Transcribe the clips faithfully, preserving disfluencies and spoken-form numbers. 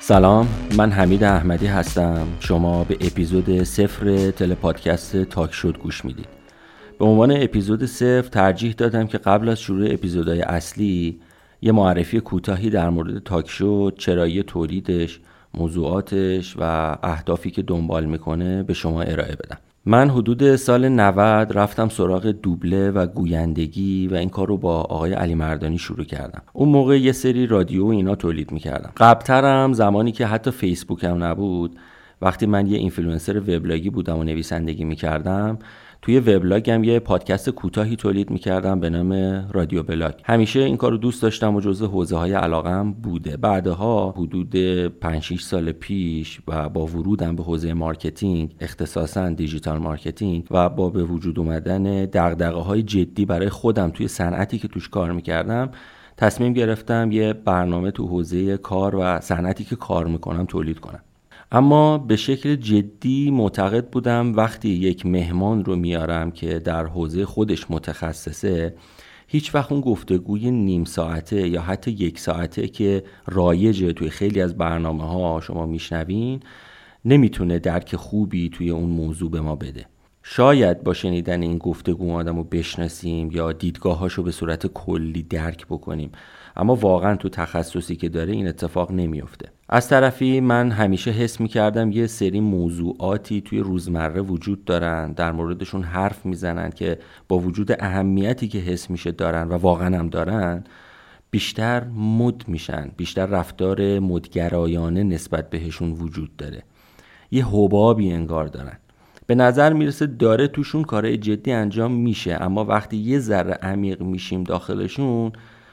سلام، من حمید احمدی هستم. شما به اپیزود صفر تله پادکست تاک شد گوش میدید. به عنوان اپیزود صفر ترجیح دادم که قبل از شروع اپیزودهای اصلی یه معرفی کوتاهی در مورد تاک شد، چرایی تولیدش، موضوعاتش و اهدافی که دنبال میکنه به شما ارائه بدم. من حدود سال نود رفتم سراغ دوبله و گویندگی و این کار رو با آقای علی مردانی شروع کردم. اون موقع یه سری رادیو و اینا تولید میکردم. قبل‌ترم زمانی که حتی فیسبوک هم نبود، وقتی من یه اینفلوئنسر وبلاگی بودم و نویسندگی میکردم، توی وبلاگم یه پادکست کوتاهی تولید میکردم به نام رادیو بلاگ. همیشه این کارو دوست داشتم و جزو حوزه‌های علاقه‌ام بوده. بعدها حدود پنج شش سال پیش و با ورودم به حوزه مارکتینگ، اختصاصاً دیجیتال مارکتینگ و با به وجود اومدن دغدغه‌های جدی برای خودم توی صنعتی که توش کار میکردم، تصمیم گرفتم یه برنامه تو حوزه کار و صنعتی که کار میکنم تولید کنم. اما به شکل جدی معتقد بودم وقتی یک مهمان رو میارم که در حوزه خودش متخصصه، هیچ وقت اون گفتگوی نیم ساعته یا حتی یک ساعته که رایجه توی خیلی از برنامه ها شما میشنوین نمیتونه درک خوبی توی اون موضوع به ما بده. شاید با شنیدن این گفتگو آدم رو بشناسیم یا دیدگاهاشو به صورت کلی درک بکنیم، اما واقعا تو تخصصی که داره این اتفاق نمیفته. از طرفی من همیشه حس میکردم یه سری موضوعاتی توی روزمره وجود دارن، در موردشون حرف میزنن که با وجود اهمیتی که حس میشه دارن و واقعا هم دارن، بیشتر مد میشن، بیشتر رفتار مدگرایانه نسبت بهشون وجود داره. یه حبابی انگار دارن. به نظر میرسه داره توشون کارهای جدی انجام میشه، اما وقتی یه ذره عمیق میشیم داخلشون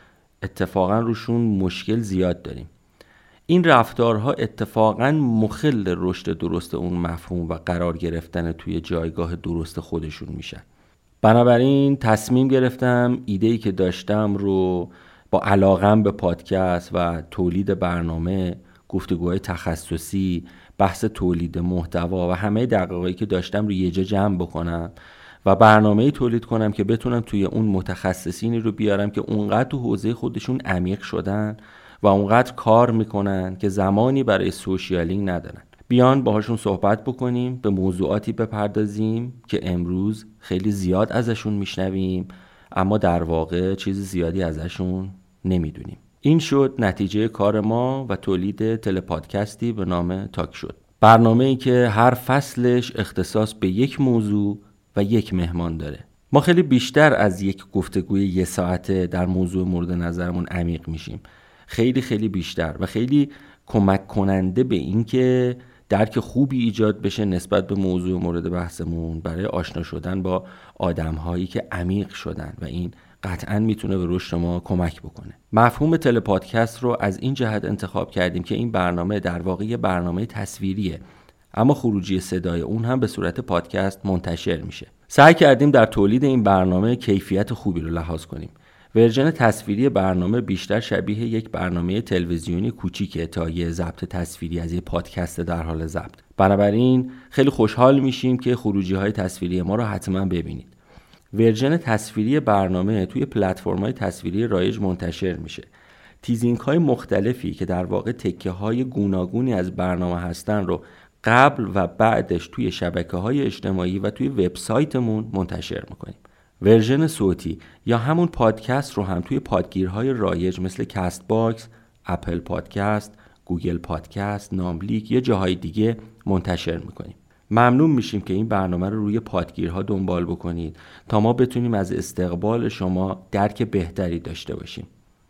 اتفاقا روشون مشکل زیاد داریم. این رفتارها اتفاقا مخل رشد درست اون مفهوم و قرار گرفتن توی جایگاه درست خودشون میشن. بنابراین تصمیم گرفتم ایده‌ای که داشتم رو با علاقم به پادکست و تولید برنامه، گفتگوهای تخصصی، بحث تولید محتوا و همه دقایقی که داشتم رو یه جا جمع بکنم و برنامه‌ای تولید کنم که بتونم توی اون متخصصینی رو بیارم که اونقدر تو حوزه خودشون عمیق شدن و اونقدر کار میکنن که زمانی برای سوشیالینگ ندارن. بیان باهاشون صحبت بکنیم، به موضوعاتی بپردازیم که امروز خیلی زیاد ازشون میشنویم اما در واقع چیز زیادی ازشون نمیدونیم. این شد نتیجه کار ما و تولید تله پادکستی به نام تاک شد. برنامه‌ای که هر فصلش اختصاص به یک موضوع و یک مهمان داره. ما خیلی بیشتر از یک گفتگوی یه ساعته در موضوع مورد نظرمون عمیق میشیم. خیلی خیلی بیشتر و خیلی کمک کننده به این که درک خوبی ایجاد بشه نسبت به موضوع مورد بحثمون برای آشنا شدن با آدم‌هایی که عمیق شدن و این قطعاً میتونه به رشد ما کمک بکنه. مفهوم تله پادکست رو از این جهت انتخاب کردیم که این برنامه در واقع یه برنامه تصویریه، اما خروجی صدای اون هم به صورت پادکست منتشر میشه. سعی کردیم در تولید این برنامه کیفیت خوبی رو لحاظ کنیم. ورژن تصویری برنامه بیشتر شبیه یک برنامه تلویزیونی کوچیکه تا یه ضبط تصویری از یه پادکست در حال ضبط. بنابراین خیلی خوشحال میشیم که خروجی‌های تصویری ما رو حتما ببینید. ورژن تصویری برنامه توی پلتفرم‌های تصویری رایج منتشر میشه. تیزینگ‌های مختلفی که در واقع تکه‌های گوناگونی از برنامه هستن رو قبل و بعدش توی شبکه‌های اجتماعی و توی وبسایتمون منتشر می‌کنیم. ورژن صوتی یا همون پادکست رو هم توی پادگیرهای رایج مثل کست باکس، اپل پادکست، گوگل پادکست، ناملیک یا جاهای دیگه منتشر می‌کنیم. ممنون میشیم که این برنامه رو روی پادگیرها دنبال بکنید تا ما بتونیم از استقبال شما درک بهتری داشته باشیم.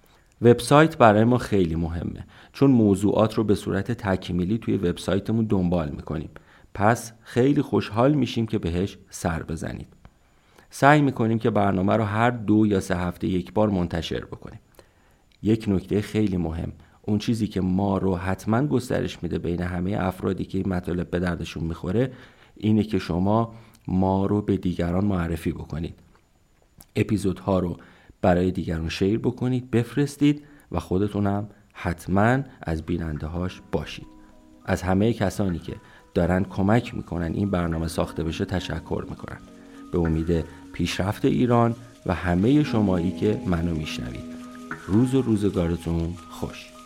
وبسایت برای ما خیلی مهمه چون موضوعات رو به صورت تکمیلی توی وبسایتمون دنبال میکنیم. پس خیلی خوشحال میشیم که بهش سر بزنید. سعی میکنیم که برنامه رو هر دو یا سه هفته یک بار منتشر بکنیم. یک نکته خیلی مهم، اون چیزی که ما رو حتما گسترش میده بین همه افرادی که این مطالب به دردشون میخوره، اینه که شما ما رو به دیگران معرفی بکنید. اپیزودها رو برای دیگران شیر بکنید، بفرستید و خودتونم حتما از بیننده هاش باشید. از همه کسانی که دارن کمک میکنن این برنامه ساخته بشه تشکر میکنن. به امید پیشرفت ایران و همه شمایی که منو میشنوید. روز و روزگارتون خوش.